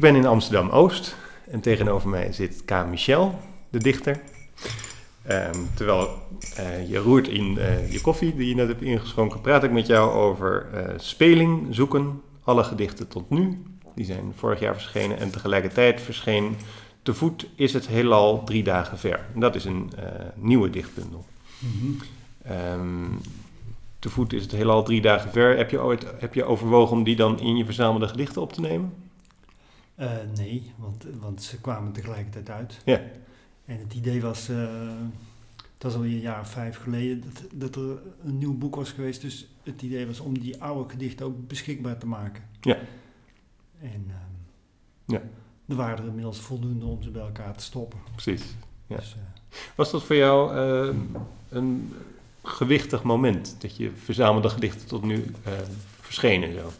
ben in Amsterdam-Oost en tegenover mij zit K. Michel, de dichter. Terwijl je roert in je koffie die je net hebt ingeschonken, praat ik met jou over Speling, Zoeken, alle gedichten tot nu. Die zijn vorig jaar verschenen en tegelijkertijd verscheen Te voet is het heelal 3 dagen ver. En dat is een nieuwe dichtbundel. Mm-hmm. Te voet is het heelal 3 dagen ver. Heb je overwogen om die dan in je verzamelde gedichten op te nemen? Nee, want ze kwamen tegelijkertijd uit. Ja. En het idee was, dat was al een jaar of 5 geleden, dat er een nieuw boek was geweest. Dus het idee was om die oude gedichten ook beschikbaar te maken. Ja. En ja. er waren er inmiddels voldoende om ze bij elkaar te stoppen. Precies. Ja. Dus, was dat voor jou een gewichtig moment, dat je verzamelde gedichten tot nu verschenen zo?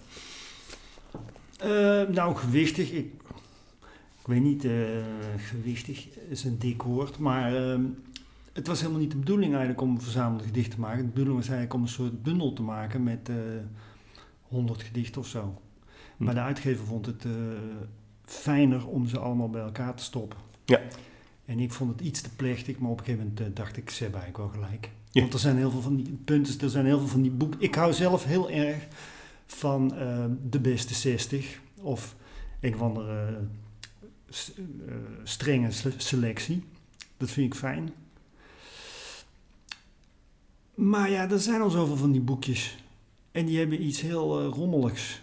Nou, gewichtig, ik weet niet, gewichtig is een dik woord, maar het was helemaal niet de bedoeling eigenlijk om een verzamelde gedicht te maken. De bedoeling was eigenlijk om een soort bundel te maken met 100 gedichten of zo. Maar de uitgever vond het fijner om ze allemaal bij elkaar te stoppen. Ja. En ik vond het iets te plechtig, maar op een gegeven moment dacht ik, ze hebben eigenlijk wel gelijk. Ja. Want er zijn heel veel van die punten, er zijn heel veel van die boeken. Ik hou zelf heel erg van de beste 60 of een of andere strenge selectie. Dat vind ik fijn. Maar ja, er zijn al zoveel van die boekjes. En die hebben iets heel rommeligs.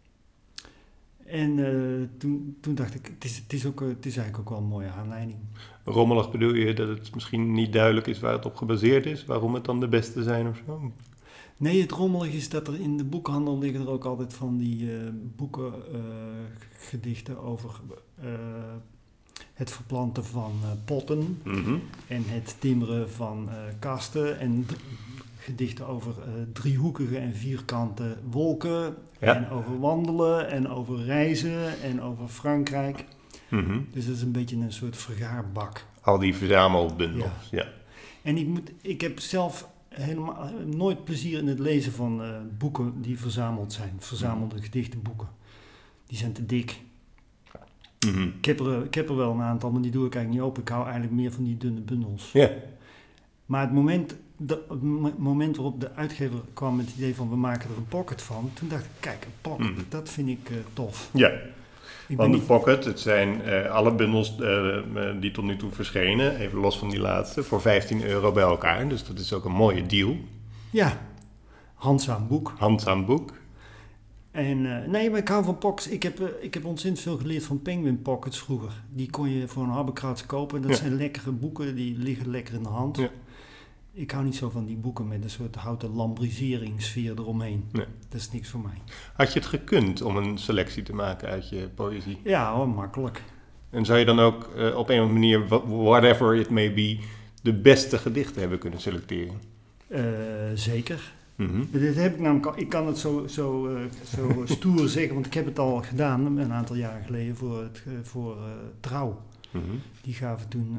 En toen dacht ik, het is eigenlijk ook wel een mooie aanleiding. Rommelig bedoel je dat het misschien niet duidelijk is waar het op gebaseerd is? Waarom het dan de beste zijn of zo? Nee, het rommelig is dat er in de boekhandel liggen er ook altijd van die gedichten over het verplanten van potten. Mm-hmm. En het timmeren van kasten en gedichten over driehoekige en vierkante wolken. Ja. En over wandelen en over reizen en over Frankrijk. Mm-hmm. Dus dat is een beetje een soort vergaarbak. Al die verzamelbundels, ja. En ik heb zelf helemaal nooit plezier in het lezen van boeken die verzameld zijn. Verzamelde gedichtenboeken. Die zijn te dik. Mm-hmm. Ik heb er wel een aantal, maar die doe ik eigenlijk niet open. Ik hou eigenlijk meer van die dunne bundels. Ja. Maar het moment waarop de uitgever kwam met het idee van we maken er een pocket van, toen dacht ik, kijk, een pocket, dat vind ik tof. Ja, want de pocket, het zijn alle bundels die tot nu toe verschenen, even los van die laatste, voor €15 bij elkaar. Dus dat is ook een mooie deal. Ja, handzaam boek. Handzaam boek. En nee, maar ik hou van pockets. Ik heb ontzettend veel geleerd van Penguin Pockets vroeger. Die kon je voor een habbekrats kopen. Dat zijn lekkere boeken, die liggen lekker in de hand. Ja. Ik hou niet zo van die boeken met een soort houten lambriseringsfeer eromheen. Nee. Dat is niks voor mij. Had je het gekund om een selectie te maken uit je poëzie? Ja hoor, makkelijk. En zou je dan ook op een of andere manier, whatever it may be, de beste gedichten hebben kunnen selecteren? Zeker. Mm-hmm. Dit heb ik namelijk ik kan het zo stoer zeggen, want ik heb het al gedaan een aantal jaren geleden voor Trouw. Mm-hmm. Die gaven toen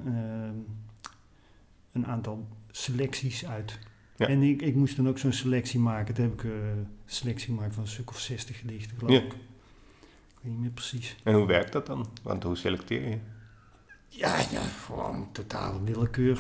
een aantal selecties uit. Ja. En ik moest dan ook zo'n selectie maken. Toen heb ik een selectie gemaakt van een stuk of 60 gedichten, geloof ik. Ik weet niet meer precies. En hoe werkt dat dan? Want hoe selecteer je? Ja, gewoon totale willekeur.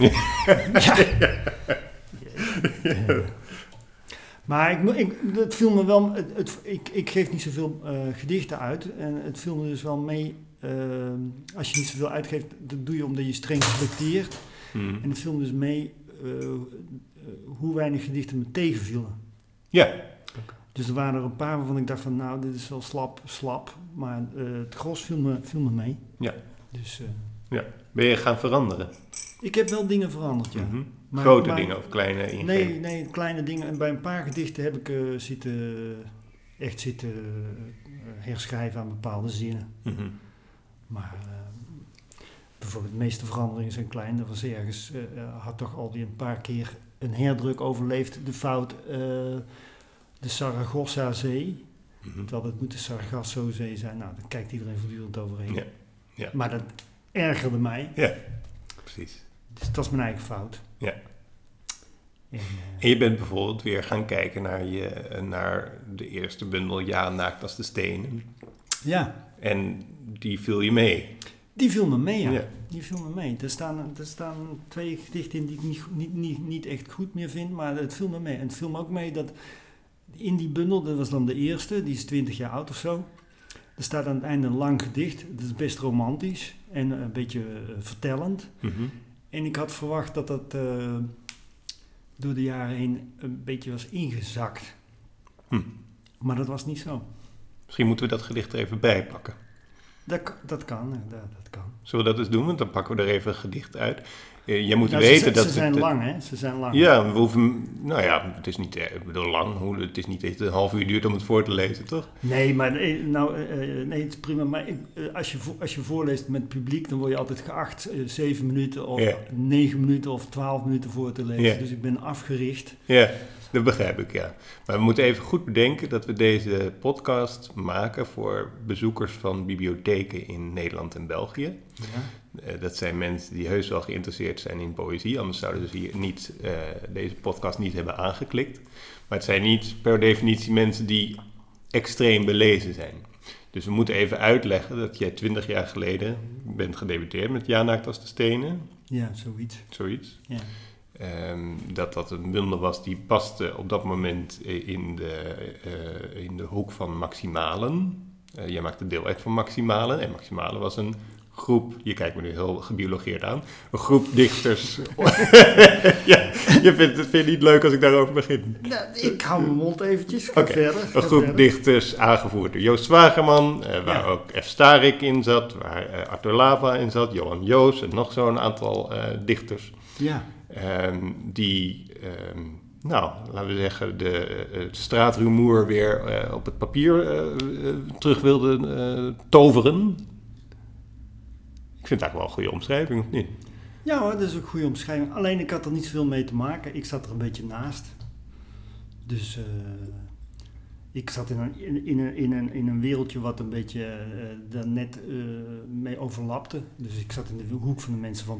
Maar het viel me wel. Ik geef niet zoveel gedichten uit. En het viel me dus wel mee. Als je niet zoveel uitgeeft, dat doe je omdat je streng selecteert. Mm. En het viel me dus mee hoe weinig gedichten me tegenvielen. Ja. Okay. Dus er waren er een paar waarvan ik dacht van, nou, dit is wel slap. Maar het gros viel me mee. Ja. Dus, ja. Ben je gaan veranderen? Ik heb wel dingen veranderd, ja. Mm-hmm. Grote dingen of kleine ingevingen? Nee, kleine dingen. En bij een paar gedichten heb ik zitten herschrijven aan bepaalde zinnen. Mm-hmm. Maar bijvoorbeeld de meeste veranderingen zijn klein. Er was ergens, had toch alweer een paar keer een herdruk overleefd. De fout, de Saragossa-zee. Mm-hmm. Terwijl het moet de Sargasso-zee zijn. Nou, daar kijkt iedereen voortdurend overheen. Ja. Ja. Maar dat ergerde mij. Ja, precies. Dus dat is mijn eigen fout. Ja. En je bent bijvoorbeeld weer gaan kijken naar de eerste bundel Ja, naakt als de stenen. Ja. En die viel je mee. Die viel me mee, ja. Ja. Die viel me mee. Er staan 2 gedichten in die ik niet echt goed meer vind, maar het viel me mee. En het viel me ook mee dat in die bundel, dat was dan de eerste, die is 20 jaar oud of zo. Er staat aan het einde een lang gedicht. Dat is best romantisch en een beetje vertellend. Mm-hmm. En ik had verwacht dat dat door de jaren heen een beetje was ingezakt. Maar dat was niet zo. Misschien moeten we dat gedicht er even bij pakken. Dat kan, dat kan. Zullen we dat eens doen? Want dan pakken we er even een gedicht uit. Jij moet weten dat... Ze zijn lang, hè? Ze zijn lang. Ja, we hoeven... Nou ja, het is niet ik bedoel, lang. Het is niet echt een half uur duurt om het voor te lezen, toch? Nee, maar nee, het is prima. Maar als je voorleest met het publiek, dan word je altijd geacht 7 minuten of 9 minuten of 12 minuten voor te lezen. Yeah. Dus ik ben afgericht. Ja, dat begrijp ik, ja. Maar we moeten even goed bedenken dat we deze podcast maken voor bezoekers van bibliotheken in Nederland en België. Ja. Dat zijn mensen die heus wel geïnteresseerd zijn in poëzie, anders zouden ze hier niet, deze podcast niet hebben aangeklikt. Maar het zijn niet per definitie mensen die extreem belezen zijn. Dus we moeten even uitleggen dat jij 20 jaar geleden bent gedebuteerd met Ja, naakt als de stenen. Ja, zoiets. Ja. Dat een bundel was die paste op dat moment in de hoek van Maximalen. Jij maakte deel uit van Maximalen. En Maximalen was een groep, je kijkt me nu heel gebiologeerd aan, een groep dichters. Ja, je vindt het niet leuk als ik daarover begin. Nou, ik hou mijn mond eventjes, ga verder. Een groep dichters aangevoerd door Joost Zwageman, waar ook F. Starik in zat, waar Arthur Lava in zat, Johan Joos en nog zo'n aantal dichters. Ja. Laten we zeggen, het straatrumoer weer op het papier terug wilden toveren. Ik vind het eigenlijk wel een goede omschrijving, of niet? Ja hoor, dat is ook een goede omschrijving. Alleen ik had er niet zoveel mee te maken. Ik zat er een beetje naast. Dus ik zat in een wereldje wat een beetje daar net mee overlapte. Dus ik zat in de hoek van de mensen van...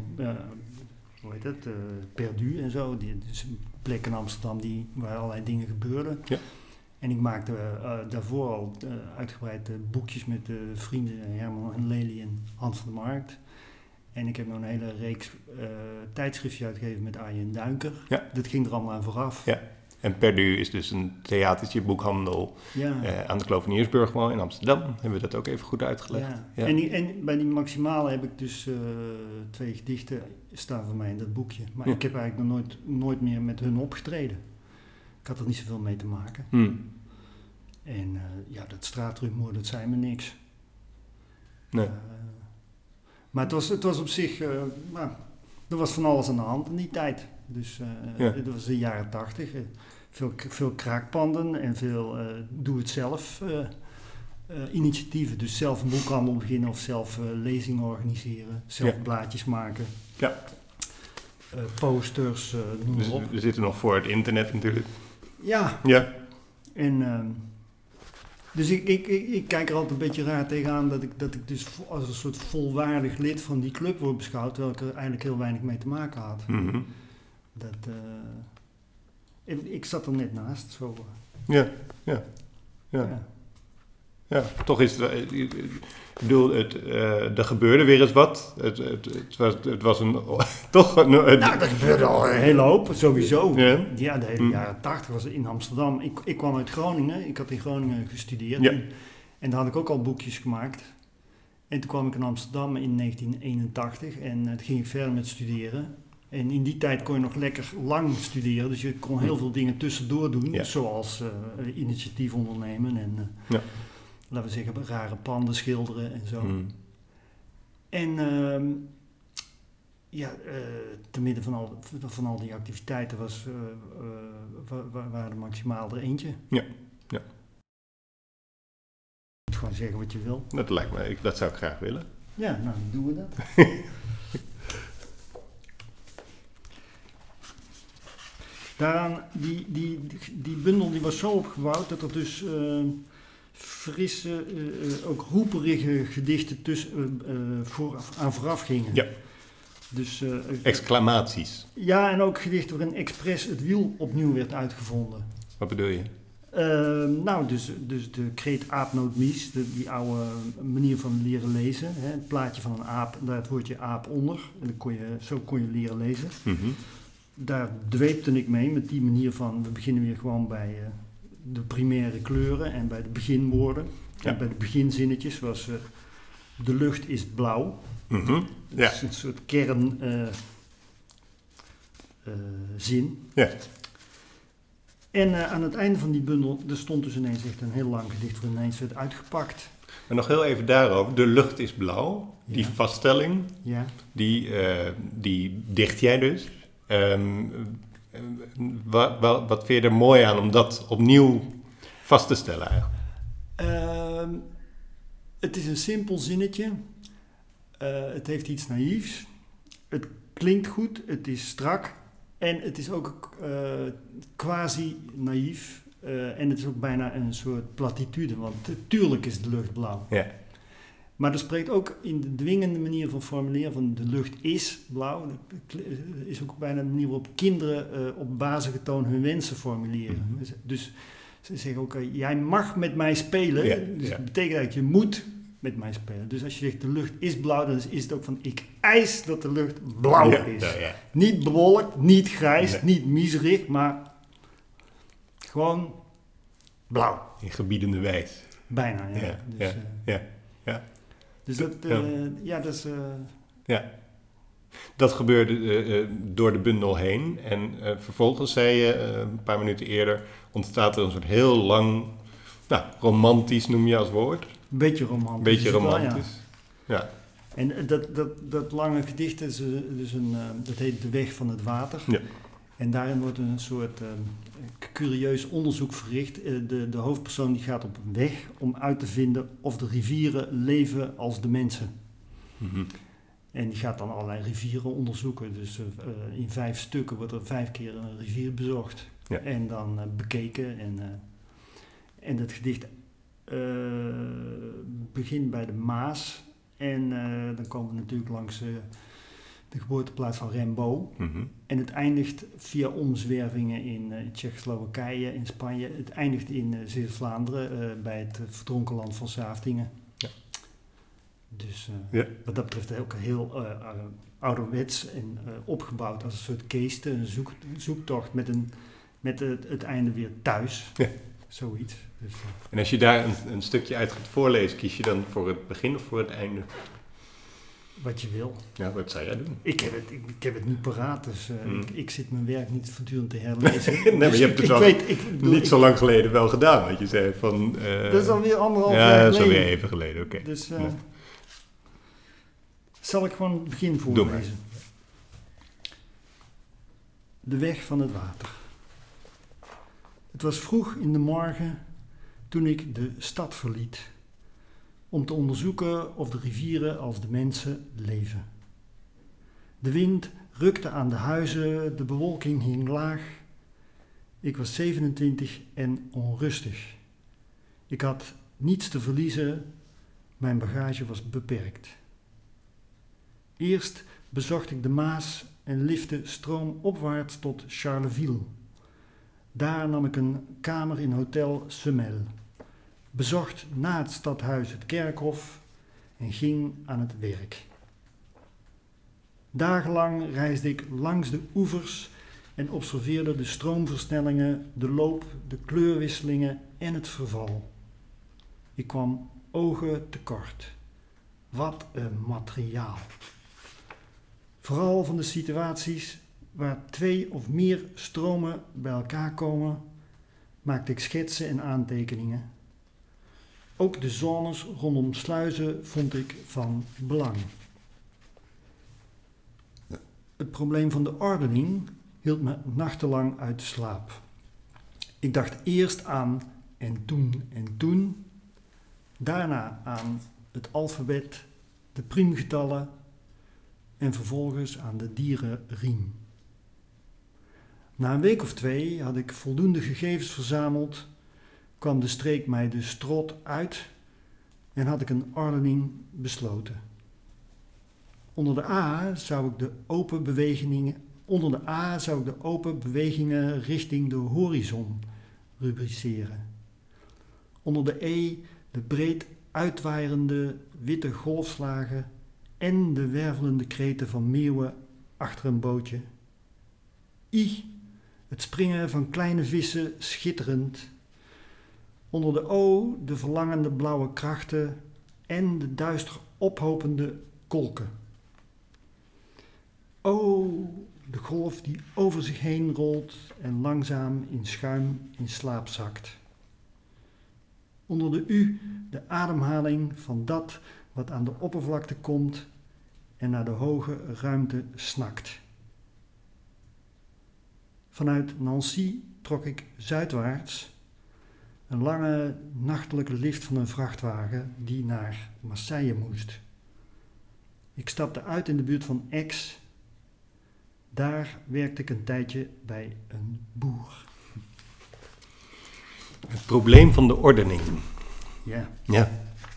Perdu en zo, dus een plek in Amsterdam waar allerlei dingen gebeurden. Ja. En ik maakte daarvoor al uitgebreid boekjes met vrienden Herman en Lely en Hans van der Markt. En ik heb nog een hele reeks tijdschriftjes uitgegeven met Arjen Duinker. Ja. Dat ging er allemaal aan vooraf. Ja. En Perdu is dus een theatertje, boekhandel aan de Kloveniersburgwal in Amsterdam. Hebben we dat ook even goed uitgelegd. Ja. Ja. En bij die Maximale heb ik dus 2 gedichten staan van mij in dat boekje. Maar ik heb eigenlijk nog nooit meer met hun opgetreden. Ik had er niet zoveel mee te maken. En dat straatrumoer, dat zei me niks. Nee. Maar het was op zich... er was van alles aan de hand in die tijd. Dus het was de jaren 80. Veel kraakpanden en veel doe-het-zelf initiatieven. Dus zelf een boekhandel beginnen of zelf lezingen organiseren. Zelf blaadjes maken. Ja. Posters, noem maar op. We zitten nog voor het internet natuurlijk. Ja. En... Dus ik kijk er altijd een beetje raar tegenaan dat ik dus als een soort volwaardig lid van die club word beschouwd, terwijl ik er eigenlijk heel weinig mee te maken had. Mm-hmm. Ik zat er net naast. Zo. Ja. Ja, toch is het... Ik bedoel, er gebeurde weer eens wat. Het was een... toch een... er gebeurde al een hele hoop, sowieso. Ja, de hele jaren 80 was in Amsterdam. Ik kwam uit Groningen. Ik had in Groningen gestudeerd. Ja. En daar had ik ook al boekjes gemaakt. En toen kwam ik in Amsterdam in 1981. En toen ging ik verder met studeren. En in die tijd kon je nog lekker lang studeren. Dus je kon heel veel dingen tussendoor doen. Ja. Zoals initiatief ondernemen en... laten we zeggen, rare panden schilderen en zo. En te midden van al die activiteiten waren er maximaal er eentje. Ja. Je moet gewoon zeggen wat je wil. Dat lijkt me, dat zou ik graag willen. Ja, nou, dan doen we dat. Daaraan, die bundel die was zo opgebouwd dat er dus... frisse, ook roeperige gedichten aan vooraf gingen. Ja. Dus, exclamaties. Ja, en ook gedichten waarin expres het wiel opnieuw werd uitgevonden. Wat bedoel je? Dus de kreet aapnootmies, die oude manier van leren lezen. Hè, het plaatje van een aap, daar het woordje aap onder. En zo kon je leren lezen. Mm-hmm. Daar dweepte ik mee met die manier van, we beginnen weer gewoon bij de primaire kleuren en bij de beginwoorden. Ja. En bij de beginzinnetjes, zoals de lucht is blauw. Mm-hmm. Dat is een soort kernzin. Ja. En aan het einde van die bundel, er stond dus ineens echt een heel lang gedicht voor ineens werd uitgepakt. Maar nog heel even daarover. De lucht is blauw. Ja. Die vaststelling, Ja. die dicht jij dus. Wat vind je er mooi aan om dat opnieuw vast te stellen eigenlijk? Het is een simpel zinnetje. Het heeft iets naïefs. Het klinkt goed, het is strak. En het is ook quasi-naïef. En het is ook bijna een soort platitude. Want tuurlijk is de lucht blauw. Ja. Maar er spreekt ook in de dwingende manier van formuleren van de lucht is blauw. Dat is ook bijna de manier waarop kinderen op bazige toon hun wensen formuleren. Mm-hmm. Dus ze zeggen ook, jij mag met mij spelen. Ja, Dus ja. dat betekent dat je moet met mij spelen. Dus als je zegt de lucht is blauw, dan is het ook van ik eis dat de lucht blauw is. Ja. Niet bewolkt, niet grijs, Nee. niet miserig, maar gewoon blauw. In gebiedende wijs. Bijna, ja. Ja, Dus, ja. dus dat, Ja. dat is... Ja. Dat gebeurde door de bundel heen. En vervolgens zei je, een paar minuten eerder, ontstaat er een soort heel lang, romantisch noem je als woord. Een beetje romantisch. Beetje is het wel, romantisch. Ja. En dat lange gedicht is dus dat heet De Weg van het Water. Ja. En daarin wordt een soort curieus onderzoek verricht. De hoofdpersoon die gaat op weg om uit te vinden of de rivieren leven als de mensen. Mm-hmm. En die gaat dan allerlei rivieren onderzoeken. Dus in 5 stukken wordt er 5 keer een rivier bezocht. Ja. En dan bekeken. En het gedicht begint bij de Maas. En dan komen we natuurlijk langs de geboorteplaats van Rimbaud. Mm-hmm. En het eindigt via omzwervingen in Tsjechoslowakije, in Spanje. Het eindigt in Zeeuws-Vlaanderen bij het verdronken land van Saaftingen. Ja. Dus wat dat betreft ook heel ouderwets en opgebouwd als een soort keeste, een zoektocht met het einde weer thuis. Ja. Zoiets. Dus, En als je daar een stukje uit gaat voorlezen, kies je dan voor het begin of voor het einde? wat je wil. Ja, wat zou jij doen? Ik heb het niet paraat, dus ik zit mijn werk niet voortdurend te herlezen. Nee, maar Dus je hebt het wel niet zo lang geleden wel gedaan, wat je zei van... Dat is alweer 1,5 jaar geleden. Ja, dat is alweer even geleden, oké. Dus Nee. zal ik gewoon het begin Doe maar. voorlezen. De weg van het water. Het was vroeg in de morgen toen ik de stad verliet, om te onderzoeken of de rivieren als de mensen leven. De wind rukte aan de huizen, de bewolking hing laag. Ik was 27 en onrustig. Ik had niets te verliezen, mijn bagage was beperkt. Eerst bezocht ik de Maas en lifte stroomopwaarts tot Charleville. Daar nam ik een kamer in Hotel Semel, bezocht na het stadhuis het kerkhof en ging aan het werk. Dagenlang reisde ik langs de oevers en observeerde de stroomversnellingen, de loop, de kleurwisselingen en het verval. Ik kwam ogen tekort. Wat een materiaal. Vooral van de situaties waar 2 of meer stromen bij elkaar komen, maakte ik schetsen en aantekeningen. Ook de zones rondom sluizen vond ik van belang. Het probleem van de ordening hield me nachtenlang uit de slaap. Ik dacht eerst aan en toen, daarna aan het alfabet, de priemgetallen en vervolgens aan de dierenriem. Na een week of 2 had ik voldoende gegevens verzameld, kwam de streek mij de strot uit en had ik een ordening besloten. Onder de A zou ik de open bewegingen richting de horizon rubriceren. Onder de E de breed uitwaaierende witte golfslagen en de wervelende kreten van meeuwen achter een bootje. I, het springen van kleine vissen schitterend. Onder de O de verlangende blauwe krachten en de duister ophopende kolken. O, de golf die over zich heen rolt en langzaam in schuim in slaap zakt. Onder de U de ademhaling van dat wat aan de oppervlakte komt en naar de hoge ruimte snakt. Vanuit Nancy trok ik zuidwaarts, een lange nachtelijke lift van een vrachtwagen die naar Marseille moest. Ik stapte uit in de buurt van Aix. Daar werkte ik een tijdje bij een boer. Het probleem van de ordening. Ja. Ja.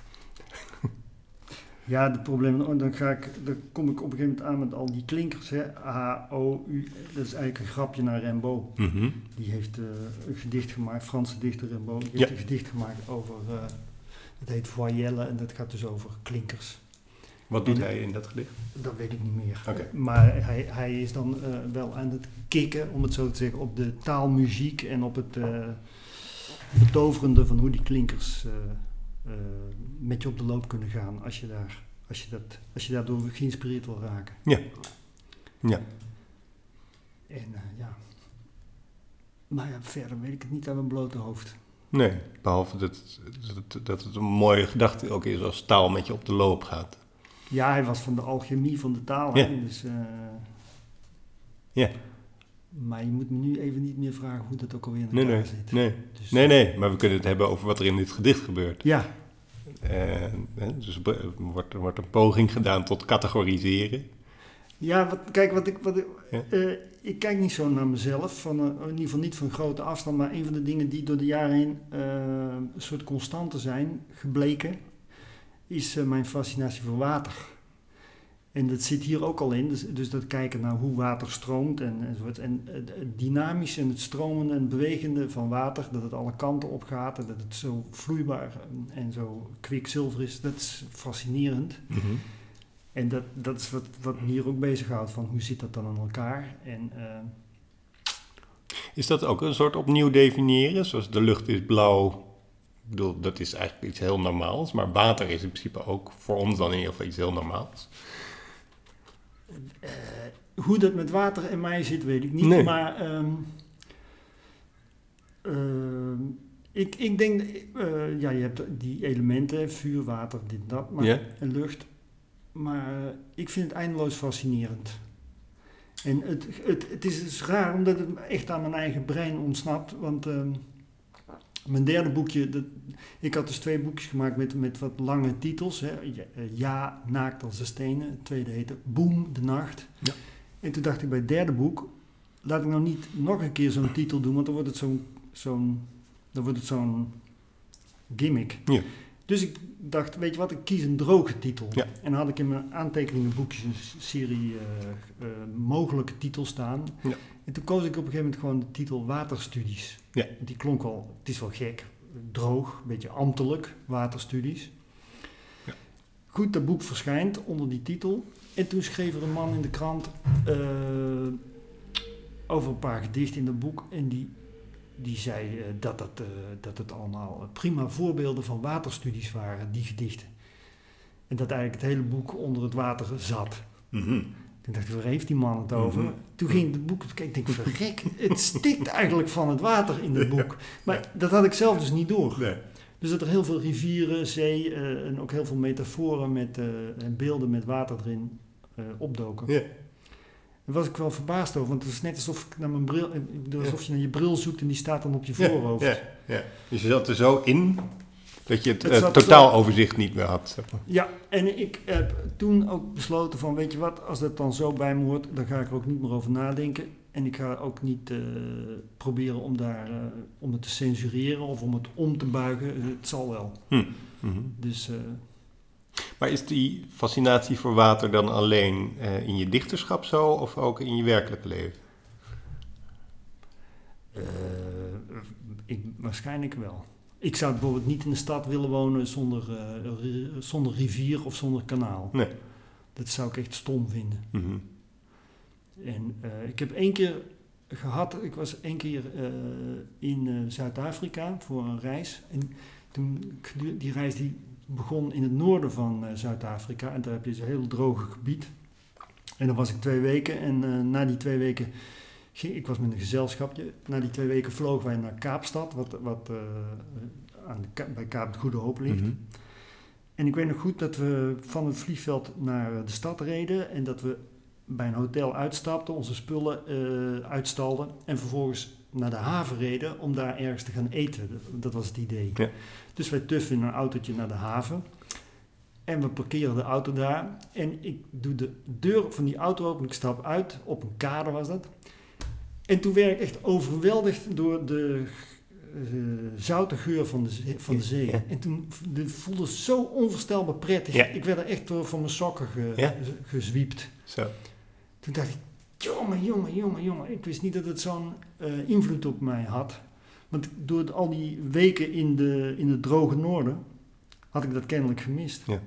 Ja, het probleem van de ordening, dan kom ik op een gegeven moment aan met al die klinkers. Hè. A, O, U, dat is eigenlijk een grapje naar Rimbaud. Mm-hmm. Die heeft een gedicht gemaakt, Franse dichter Rimbaud. Die heeft een gedicht gemaakt over, het heet Voyelles en dat gaat dus over klinkers. Wat doet hij in dat gedicht? Dat weet ik niet meer. Okay. Maar hij is dan wel aan het kicken, om het zo te zeggen, op de taalmuziek en op het betoverende van hoe die klinkers met je op de loop kunnen gaan als je daardoor geïnspireerd wil raken. Ja. Ja. En ja. Maar ja, verder weet ik het niet aan mijn blote hoofd. Nee, behalve dat het een mooie gedachte ook is als taal met je op de loop gaat. Ja, hij was van de alchemie van de taal. Ja. Hè? Dus, ja. Maar je moet me nu even niet meer vragen hoe dat ook alweer in elkaar zit. Dus, nee, maar we kunnen het hebben over wat er in dit gedicht gebeurt. Ja. Dus er wordt een poging gedaan tot categoriseren. Ja, ik kijk niet zo naar mezelf, in ieder geval niet van grote afstand, maar een van de dingen die door de jaren heen een soort constante zijn gebleken, is mijn fascinatie voor water. En dat zit hier ook al in, dus dat kijken naar hoe water stroomt enzovoort. En het dynamische en het stromende en bewegende van water, dat het alle kanten op gaat en dat het zo vloeibaar en zo kwikzilver is, dat is fascinerend. Mm-hmm. En dat is wat me hier ook bezighoudt, van hoe zit dat dan in elkaar? En, is dat ook een soort opnieuw definiëren, zoals de lucht is blauw? Ik bedoel, dat is eigenlijk iets heel normaals, maar water is in principe ook voor ons dan in ieder geval iets heel normaals. Hoe dat met water en mij zit, weet ik niet. Nee. Maar ik denk, je hebt die elementen, vuur, water, dit, dat, maar, en lucht. Maar ik vind het eindeloos fascinerend. En het is dus raar, omdat het echt aan mijn eigen brein ontsnapt. Want mijn derde boekje, ik had dus 2 boekjes gemaakt met wat lange titels. Hè. Ja, naakt als de stenen. Het tweede heette Boem, de nacht. Ja. En toen dacht ik bij het derde boek, laat ik nou niet nog een keer zo'n titel doen, want dan wordt het zo'n gimmick. Ja. Dus ik dacht, weet je wat, ik kies een droge titel. Ja. En dan had ik in mijn aantekeningenboekjes een serie mogelijke titels staan. Ja. En toen koos ik op een gegeven moment gewoon de titel Waterstudies. Ja. Die klonk wel, het is wel gek, droog, een beetje ambtelijk, Waterstudies. Ja. Goed, dat boek verschijnt onder die titel. En toen schreef er een man in de krant over een paar gedichten in dat boek. En die zei dat het allemaal prima voorbeelden van waterstudies waren, die gedichten. En dat eigenlijk het hele boek onder het water zat. Mm-hmm. Toen dacht ik, waar heeft die man het over? Mm-hmm. Toen ging het boek, ik denk, verrek, het stikt eigenlijk van het water in het boek. Maar dat had ik zelf dus niet door. Nee. Dus dat er heel veel rivieren, zee en ook heel veel metaforen en beelden met water erin opdoken. Yeah. Daar was ik wel verbaasd over, want het is net alsof ik naar mijn bril, alsof je naar je bril zoekt en die staat dan op je voorhoofd. Ja. Dus je zat er zo in dat je het totaaloverzicht niet meer had. Zeg maar. Ja, en ik heb toen ook besloten van, weet je wat, als dat dan zo bij me hoort, dan ga ik er ook niet meer over nadenken. En ik ga ook niet proberen om het te censureren of om het om te buigen. Het zal wel. Mm-hmm. Dus... Maar is die fascinatie voor water dan alleen in je dichterschap zo of ook in je werkelijke leven? Waarschijnlijk wel. Ik zou bijvoorbeeld niet in de stad willen wonen zonder rivier of zonder kanaal. Nee. Dat zou ik echt stom vinden. Mm-hmm. En ik heb 1 keer gehad, ik was 1 keer in Zuid-Afrika voor een reis. En toen, die reis die begon in het noorden van Zuid-Afrika. En daar heb je zo'n heel droge gebied. En dan was ik 2 weken. En na die 2 weken, ik was met een gezelschapje. Na die 2 weken vlogen wij naar Kaapstad, wat bij Kaap het Goede Hoop ligt. Mm-hmm. En ik weet nog goed dat we van het vliegveld naar de stad reden. En dat we bij een hotel uitstapten, onze spullen uitstalden. En vervolgens naar de haven reden om daar ergens te gaan eten. Dat was het idee. Ja. Dus wij tuffen in een autootje naar de haven. En we parkeren de auto daar. En ik doe de deur van die auto open. Ik stap uit. Op een kade was dat. En toen werd ik echt overweldigd door de zoute geur van de zee. Ja. En toen voelde het zo onvoorstelbaar prettig. Ja. Ik werd er echt door van mijn sokken gezwiept. Zo. Toen dacht ik, jongen. Ik wist niet dat het zo'n invloed op mij had. Want door al die weken in het droge noorden had ik dat kennelijk gemist. Ja.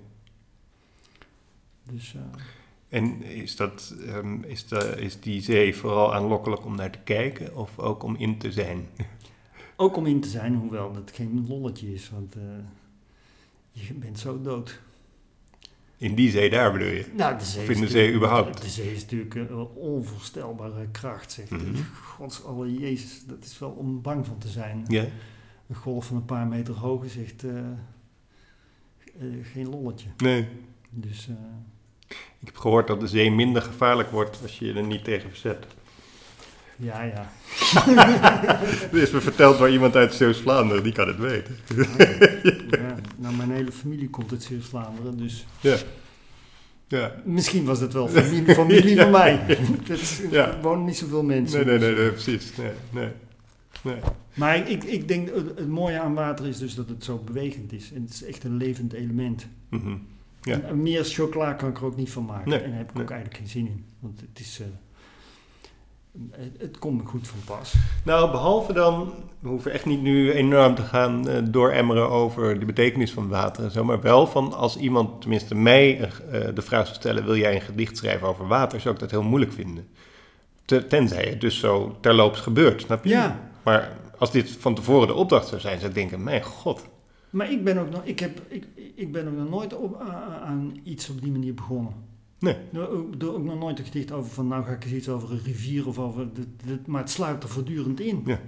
Dus, en is die zee vooral aanlokkelijk om naar te kijken of ook om in te zijn? ook om in te zijn, hoewel dat geen lolletje is, want je bent zo dood. In die zee daar bedoel je? Nou, de zee of in de zee überhaupt? De zee is natuurlijk een onvoorstelbare kracht, zeg. Mm-hmm. Gods alle Jezus, dat is wel om bang van te zijn. Ja. Een golf van een paar meter hoog is echt geen lolletje. Nee. Dus, ik heb gehoord dat de zee minder gevaarlijk wordt als je je er niet tegen verzet. ja. Er is me verteld door iemand uit Zeeuws-Vlaanderen, die kan het weten. Ja, nou, mijn hele familie komt uit Zeeuws-Vlaanderen, dus Ja. misschien was het wel familie van mij. Er wonen niet zoveel mensen. Nee, precies. Nee. Maar ik denk, het mooie aan water is dus dat het zo bewegend is. En het is echt een levend element. Mm-hmm. Ja. En meer chocola kan ik er ook niet van maken. Nee. En daar heb ik ook eigenlijk geen zin in. Want het is... het komt me goed van pas. Nou, behalve dan, we hoeven echt niet nu enorm te gaan dooremmeren over de betekenis van water en zo, maar wel van als iemand, tenminste mij, de vraag zou stellen, wil jij een gedicht schrijven over water, zou ik dat heel moeilijk vinden. Tenzij het dus zo terloops gebeurt, snap je? Ja. Maar als dit van tevoren de opdracht zou zijn, zou ik denken, mijn god. Maar ik ben ook nog nooit aan iets op die manier begonnen. Nee. Er ook nog nooit een gedicht over van, nou ga ik eens iets over een rivier of over... maar het sluipt er voortdurend in. Ja.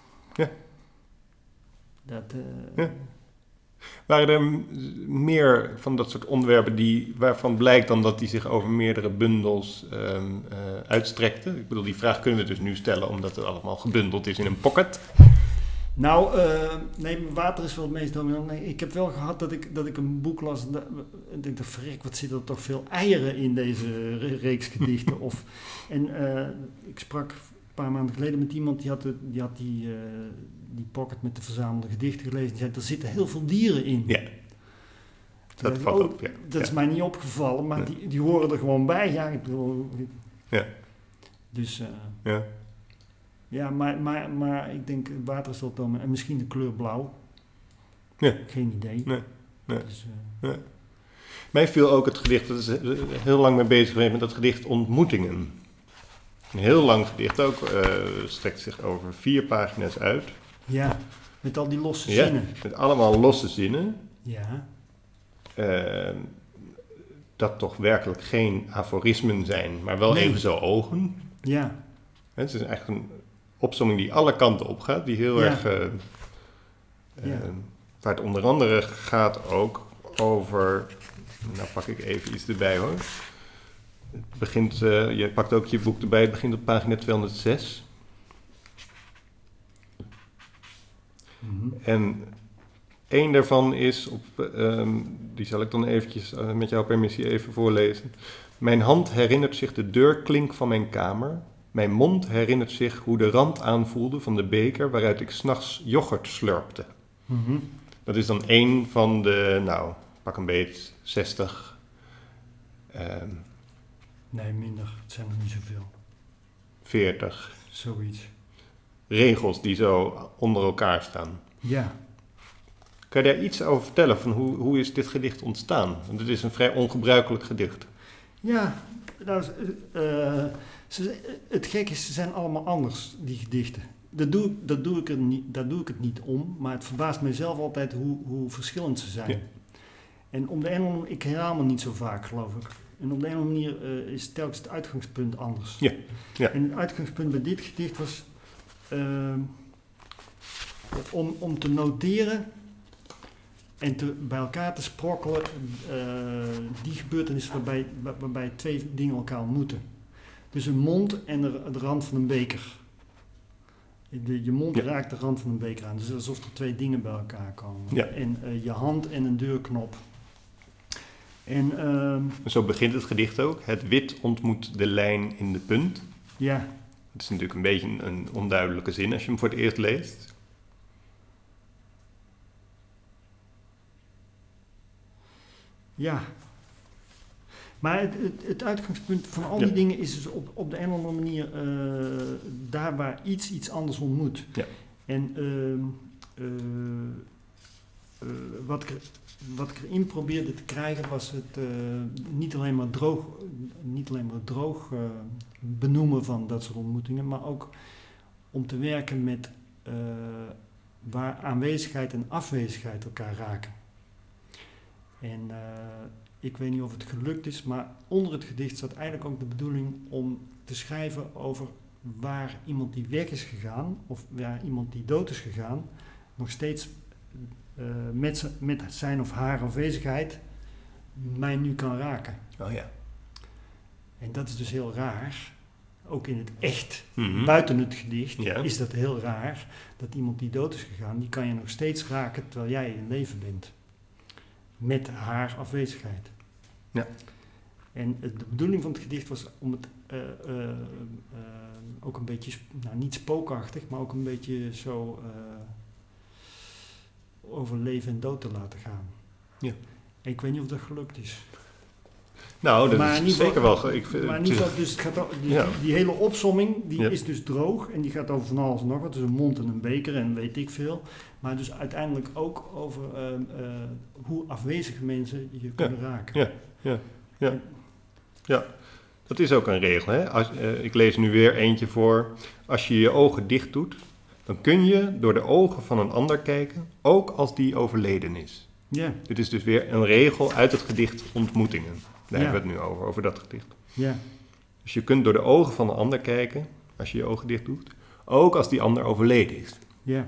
Ja. Waren er meer van dat soort onderwerpen waarvan blijkt dan dat die zich over meerdere bundels uitstrekten? Ik bedoel, die vraag kunnen we dus nu stellen omdat het allemaal gebundeld is in een pocket. Nou, nee, water is wel het meest dominant. Nee, ik heb wel gehad dat ik een boek las en ik dacht, verrek, wat zitten er toch veel eieren in deze reeks gedichten. Ik sprak een paar maanden geleden met iemand die had die pocket met de verzamelde gedichten gelezen. Die zei, er zitten heel veel dieren in. Ja, dat valt op, ja. Dat is mij niet opgevallen, maar die horen er gewoon bij. Ja, ik bedoel... Ja. Dus... ja. Ja, maar ik denk water is wel dominant. En misschien de kleur blauw. Ja. Geen idee. Nee. Dus, ja. Mij viel ook het gedicht, dat is heel lang mee bezig geweest met dat gedicht Ontmoetingen. Een heel lang gedicht ook, strekt zich over 4 pagina's uit. Ja, met al die losse zinnen. Met allemaal losse zinnen. Ja. Dat toch werkelijk geen aforismen zijn, maar wel even zo ogen. Ja. Het is eigenlijk een opsomming die alle kanten op gaat, die heel erg... waar het onder andere gaat ook over... Nou pak ik even iets erbij hoor. Het begint, je pakt ook je boek erbij, het begint op pagina 206. Mm-hmm. En één daarvan is, die zal ik dan eventjes met jouw permissie even voorlezen. Mijn hand herinnert zich de deurklink van mijn kamer. Mijn mond herinnert zich hoe de rand aanvoelde van de beker waaruit ik 's nachts yoghurt slurpte. Mm-hmm. Dat is dan één van de, nou, pak een beet, 60. Nee, minder. Het zijn er niet zoveel. 40. Zoiets. regels die zo onder elkaar staan. Ja. Kan je daar iets over vertellen van hoe is dit gedicht ontstaan? Want het is een vrij ongebruikelijk gedicht. Ja, nou, het gekke is, ze zijn allemaal anders, die gedichten. Daar doe ik het niet om, maar het verbaast mijzelf altijd hoe verschillend ze zijn. Ja. En om de ene manier, ik herhaal me niet zo vaak, geloof ik. En op de ene manier is telkens het uitgangspunt anders. Ja. Ja. En het uitgangspunt bij dit gedicht was om te noteren en bij elkaar te sprokkelen die gebeurtenis waarbij twee dingen elkaar ontmoeten. Dus een mond en de rand van een beker. Je mond raakt de rand van een beker aan. Dus alsof er twee dingen bij elkaar komen. Ja. En je hand en een deurknop. En zo begint het gedicht ook. Het wit ontmoet de lijn in de punt. Ja. Het is natuurlijk een beetje een onduidelijke zin als je hem voor het eerst leest. Ja. Maar het uitgangspunt van al die dingen is dus op de een of andere manier daar waar iets anders ontmoet. Ja. En wat ik erin probeerde te krijgen was het niet alleen maar droog benoemen van dat soort ontmoetingen, maar ook om te werken met waar aanwezigheid en afwezigheid elkaar raken. En ik weet niet of het gelukt is, maar onder het gedicht zat eigenlijk ook de bedoeling om te schrijven over waar iemand die weg is gegaan, of waar iemand die dood is gegaan, nog steeds met zijn of haar aanwezigheid mij nu kan raken. Oh ja. En dat is dus heel raar. Ook in het echt, buiten het gedicht, is dat heel raar. Dat iemand die dood is gegaan, die kan je nog steeds raken terwijl jij in leven bent. Met haar afwezigheid. Ja. En de bedoeling van het gedicht was om het ook een beetje, nou niet spookachtig, maar ook een beetje zo over leven en dood te laten gaan. Ja. En ik weet niet of dat gelukt is. Nou, dat maar is zeker wel. Maar in ieder geval, dus het gaat die hele opsomming, die is dus droog en die gaat over van alles en nog wat. Dus een mond en een beker en weet ik veel. Maar dus uiteindelijk ook over hoe afwezige mensen je kunnen raken. Ja, dat is ook een regel. Hè? Ik lees nu weer eentje voor. Als je je ogen dicht doet, dan kun je door de ogen van een ander kijken, ook als die overleden is. Ja. Dit is dus weer een regel uit het gedicht Ontmoetingen. Daar hebben we het nu over dat gedicht. Ja. Dus je kunt door de ogen van een ander kijken, als je je ogen dicht doet, ook als die ander overleden is. Ja.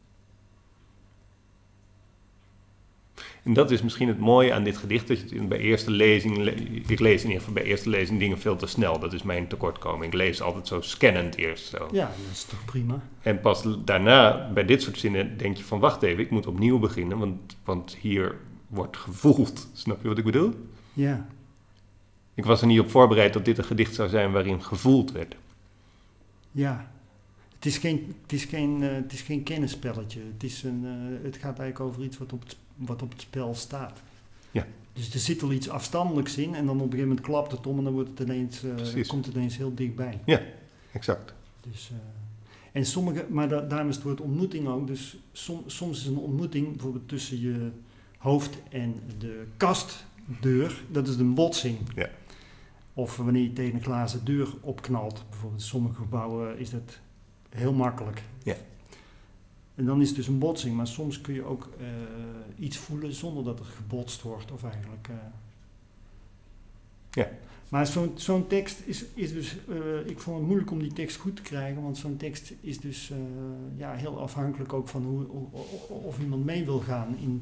En dat is misschien het mooie aan dit gedicht, dat je het bij eerste lezing, ik lees in ieder geval bij eerste lezing dingen veel te snel. Dat is mijn tekortkoming. Ik lees altijd zo scannend eerst. Zo. Ja, dat is toch prima. En pas daarna, bij dit soort zinnen, denk je van wacht even, ik moet opnieuw beginnen, want hier wordt gevoeld. Snap je wat ik bedoel? Ja. Ik was er niet op voorbereid dat dit een gedicht zou zijn waarin gevoeld werd. Ja. Het is geen kennisspelletje. Het gaat eigenlijk over iets wat op het spel staat. Ja. Dus er zit wel iets afstandelijks in en dan op een gegeven moment klapt het om en dan wordt het komt het ineens heel dichtbij. Ja, exact. Dus, maar daarom is het woord ontmoeting ook. Dus soms is een ontmoeting bijvoorbeeld tussen je hoofd en de kastdeur, dat is een botsing. Ja. Of wanneer je tegen een glazen deur opknalt. Bijvoorbeeld in sommige gebouwen is dat heel makkelijk. Ja. En dan is het dus een botsing, maar soms kun je ook iets voelen zonder dat er gebotst wordt. Of eigenlijk. Ja. Maar zo'n tekst is dus. Ik vond het moeilijk om die tekst goed te krijgen, want zo'n tekst is dus heel afhankelijk ook van of iemand mee wil gaan in.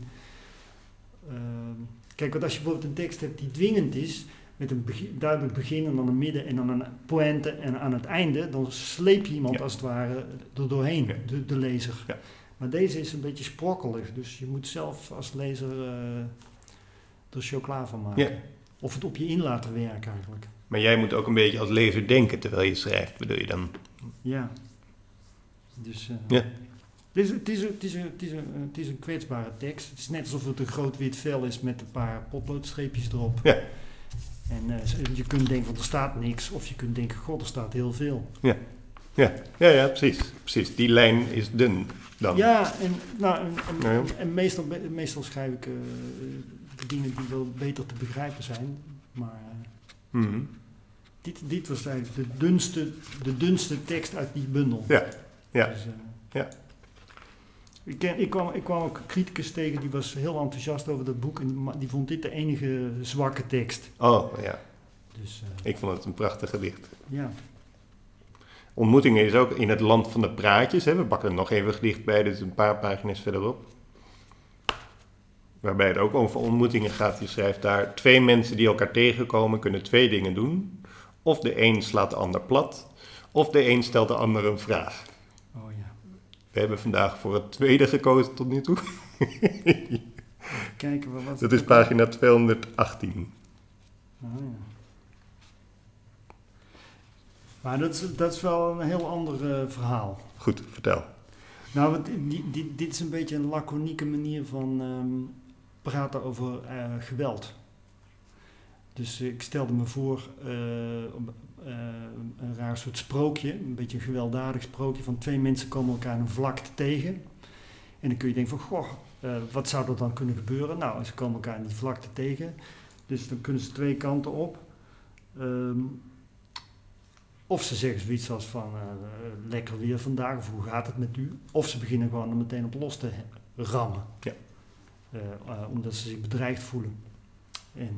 Kijk, want als je bijvoorbeeld een tekst hebt die dwingend is, met een duidelijk begin en dan een midden en dan een pointe en aan het einde, dan sleep je iemand als het ware er doorheen, de lezer. Ja. Maar deze is een beetje sprokkelig, dus je moet zelf als lezer er chocola van maken. Ja. Of het op je in laten werken eigenlijk. Maar jij moet ook een beetje als lezer denken terwijl je schrijft, bedoel je dan? Ja. Dus het is een kwetsbare tekst. Het is net alsof het een groot wit vel is met een paar potloodstreepjes erop. Ja. En je kunt denken van er staat niks, of je kunt denken, god, er staat heel veel. Ja. Ja, precies. Die lijn is dun dan. Ja, en meestal schrijf ik de dingen die wel beter te begrijpen zijn. Maar dit was eigenlijk de dunste tekst uit die bundel. Ja. Dus, Ik kwam ook een criticus tegen, die was heel enthousiast over dat boek. En die vond dit de enige zwakke tekst. Oh, ja. Dus, ik vond het een prachtig gedicht. Ja. Ontmoetingen is ook in het land van de praatjes. Hè? We pakken er nog even gedicht bij, dit is een paar pagina's verderop. Waarbij het ook over ontmoetingen gaat. Je schrijft daar: 2 mensen die elkaar tegenkomen kunnen 2 dingen doen. Of de een slaat de ander plat, of de een stelt de ander een vraag. Oh ja. We hebben vandaag voor het tweede gekozen tot nu toe. Kijken, wat was dat is pagina 218. Oh ja. Maar dat is wel een heel ander verhaal. Goed, vertel. Nou, dit is een beetje een laconieke manier van praten over geweld. Dus ik stelde me voor een raar soort sprookje, een beetje een gewelddadig sprookje van 2 mensen komen elkaar in een vlakte tegen. En dan kun je denken van, goh, wat zou er dan kunnen gebeuren? Nou, ze komen elkaar in die vlakte tegen, dus dan kunnen ze 2 kanten op. Of ze zeggen zoiets als van, lekker weer vandaag, of hoe gaat het met u? Of ze beginnen gewoon er meteen op los te rammen. Ja. Omdat ze zich bedreigd voelen. En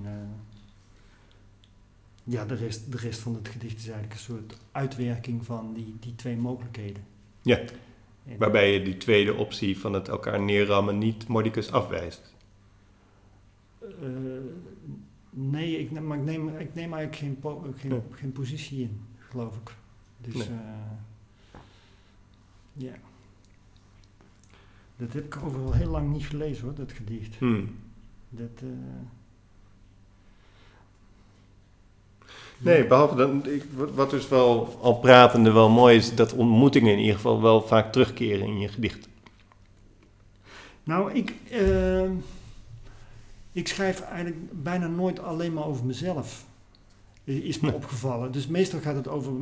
de rest van het gedicht is eigenlijk een soort uitwerking van die 2 mogelijkheden. Ja, waarbij je die tweede optie van het elkaar neerrammen niet mordicus afwijst. Nee, ik neem eigenlijk geen positie in, geloof ik. Dus ja. Dat heb ik overal heel lang niet gelezen hoor, dat gedicht. Nee, behalve dan, wat dus wel al pratende wel mooi is, dat ontmoetingen in ieder geval wel vaak terugkeren in je gedicht. Nou, ik schrijf eigenlijk bijna nooit alleen maar over mezelf, is me opgevallen. Dus meestal gaat het over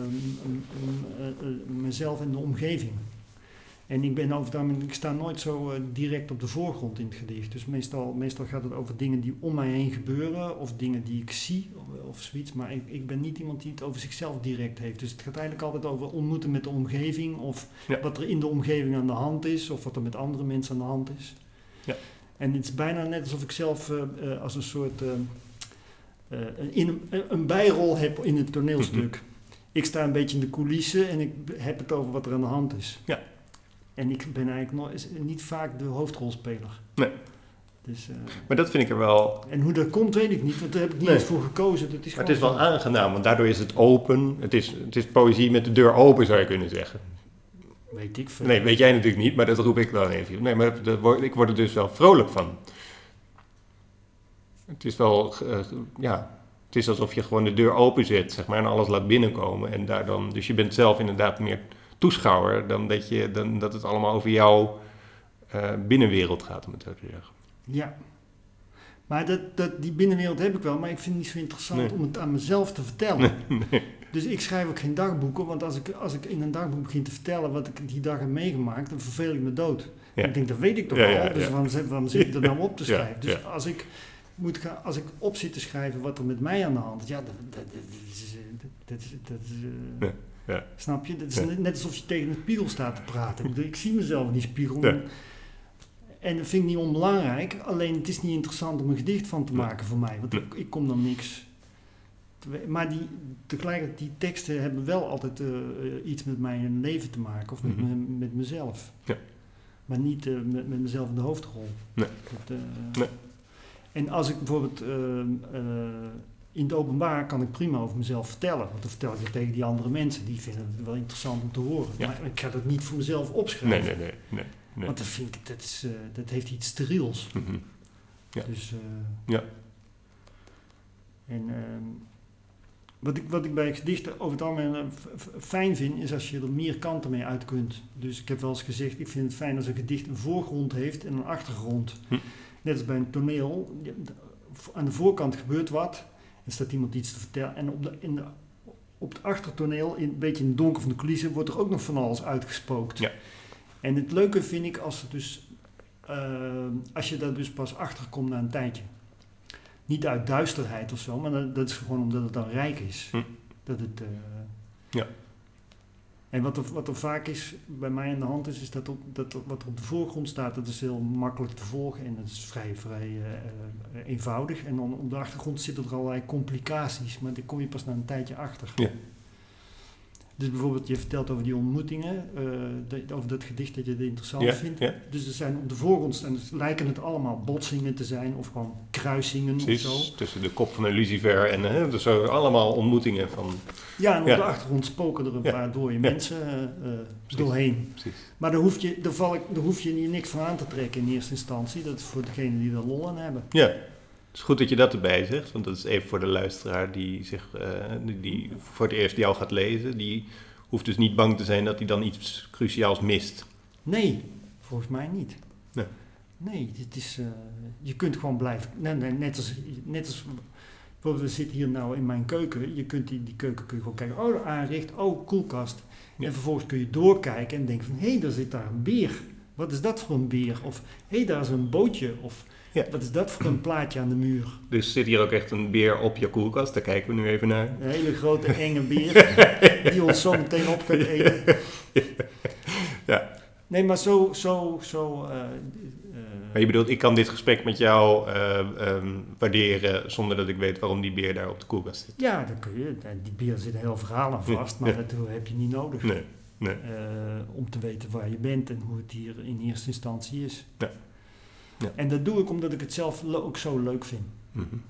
mezelf en de omgeving. En ik sta nooit zo direct op de voorgrond in het gedicht. Dus meestal gaat het over dingen die om mij heen gebeuren, of dingen die ik zie, of zoiets. Maar ik ben niet iemand die het over zichzelf direct heeft. Dus het gaat eigenlijk altijd over ontmoeten met de omgeving, of wat er in de omgeving aan de hand is, of wat er met andere mensen aan de hand is. Ja. En het is bijna net alsof ik zelf als een soort een bijrol heb in het toneelstuk. Ik sta een beetje in de coulissen en ik heb het over wat er aan de hand is. Ja. En ik ben eigenlijk niet vaak de hoofdrolspeler. Nee. Dus, maar dat vind ik er wel... En hoe dat komt, weet ik niet, want daar heb ik niet eens voor gekozen. Maar het is wel aangenaam, want daardoor is het open. Het is poëzie met de deur open, zou je kunnen zeggen. Weet ik veel. Nee, weet jij natuurlijk niet, maar dat roep ik dan even. Nee, maar ik word er dus wel vrolijk van. Het is wel... het is alsof je gewoon de deur open zet, zeg maar, en alles laat binnenkomen. En daar dan, dus je bent zelf inderdaad meer toeschouwer dan dat het allemaal over jouw binnenwereld gaat, om het zo te zeggen. Ja, maar die binnenwereld heb ik wel, maar ik vind het niet zo interessant om het aan mezelf te vertellen. Nee. Dus ik schrijf ook geen dagboeken, want als ik in een dagboek begin te vertellen wat ik die dag heb meegemaakt, dan verveel ik me dood. Ja. Ik denk, dat weet ik toch al, dus waarom zit ik er nou op te schrijven? Dus als ik op zit te schrijven wat er met mij aan de hand is, dat is... Ja. Snap je? Dat is net alsof je tegen een spiegel staat te praten. Ik zie mezelf in die spiegel. Ja. En dat vind ik niet onbelangrijk. Alleen het is niet interessant om een gedicht van te maken voor mij. Want ik kom dan niks. Maar tegelijkertijd, die teksten hebben wel altijd iets met mijn leven te maken. Of met mezelf. Ja. Maar niet met mezelf in de hoofdrol. Nee. En als ik bijvoorbeeld... in het openbaar kan ik prima over mezelf vertellen. Want dan vertel ik het tegen die andere mensen. Die vinden het wel interessant om te horen. Ja. Maar ik ga dat niet voor mezelf opschrijven. Nee. Want dat vind ik, dat heeft iets steriels. Mm-hmm. Ja. Dus, En wat ik bij gedichten over het algemeen fijn vind, is als je er meer kanten mee uit kunt. Dus ik heb wel eens gezegd, ik vind het fijn als een gedicht een voorgrond heeft en een achtergrond. Net als bij een toneel. Aan de voorkant gebeurt wat. Er staat iemand iets te vertellen. En op het achtertoneel, een beetje in het donker van de coulissen, wordt er ook nog van alles uitgespookt. Ja. En het leuke vind ik als je daar dus pas achter komt na een tijdje. Niet uit duisterheid of zo, maar dat is gewoon omdat het dan rijk is. Dat het... Ja. En wat er vaak is, bij mij aan de hand is dat wat er op de voorgrond staat, dat is heel makkelijk te volgen en dat is vrij eenvoudig. En dan op de achtergrond zitten er allerlei complicaties, maar daar kom je pas na een tijdje achter. Ja. Dus bijvoorbeeld, je vertelt over die ontmoetingen, over dat gedicht dat je het interessant vindt. Ja. Dus er zijn op de voorgrond lijken het allemaal botsingen te zijn of gewoon kruisingen. Precies, of zo. tussen de kop van een lucifer en dus zo allemaal ontmoetingen van... Ja, en op de achtergrond spoken er een paar dode mensen doorheen. Precies. Maar daar hoef je niks van aan te trekken in eerste instantie. Dat is voor degene die er lol aan hebben. Ja, het is goed dat je dat erbij zegt, want dat is even voor de luisteraar die die voor het eerst jou gaat lezen. Die hoeft dus niet bang te zijn dat hij dan iets cruciaals mist. Nee, volgens mij niet. Nee. Nee, dit is, je kunt gewoon blijven... Net als we zitten hier nou in mijn keuken. Je kunt die keuken kun je gewoon kijken. Oh, aanricht. Oh, koelkast. Ja. En vervolgens kun je doorkijken en denken van... Hé, daar zit daar een beer. Wat is dat voor een beer? Of hé, daar is een bootje. Of wat is dat voor een plaatje aan de muur? Dus zit hier ook echt een beer op je koelkast. Daar kijken we nu even naar. Een hele grote enge beer. Die ons zo meteen op gaat eten. Ja. Nee, maar maar je bedoelt, ik kan dit gesprek met jou waarderen zonder dat ik weet waarom die beer daar op de koelkast zit. Ja, dat kun je. Die beer zit een heel verhaal aan vast, maar dat heb je niet nodig. Nee. Om te weten waar je bent en hoe het hier in eerste instantie is. Ja. Ja. En dat doe ik omdat ik het zelf ook zo leuk vind. Mm-hmm.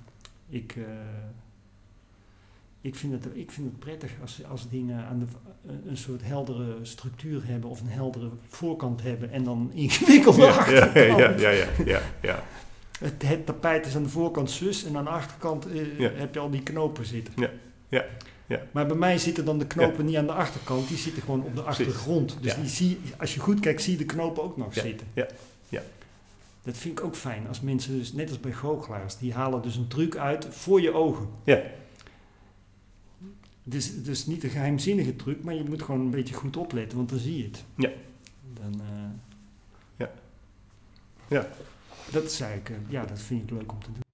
Ik vind het prettig als dingen een soort heldere structuur hebben of een heldere voorkant hebben en dan een ingewikkelde achterkant. Ja. Het tapijt is aan de voorkant zus en aan de achterkant heb je al die knopen zitten. Ja. Maar bij mij zitten dan de knopen niet aan de achterkant, die zitten gewoon op de achtergrond. Dus als je goed kijkt zie je de knopen ook nog zitten. Ja. Dat vind ik ook fijn als mensen, dus net als bij goochelaars, die halen dus een truc uit voor je ogen. Ja. Dus niet een geheimzinnige truc, maar je moet gewoon een beetje goed opletten, want dan zie je het. Ja. Dan, Ja. Dat is eigenlijk, dat vind ik leuk om te doen.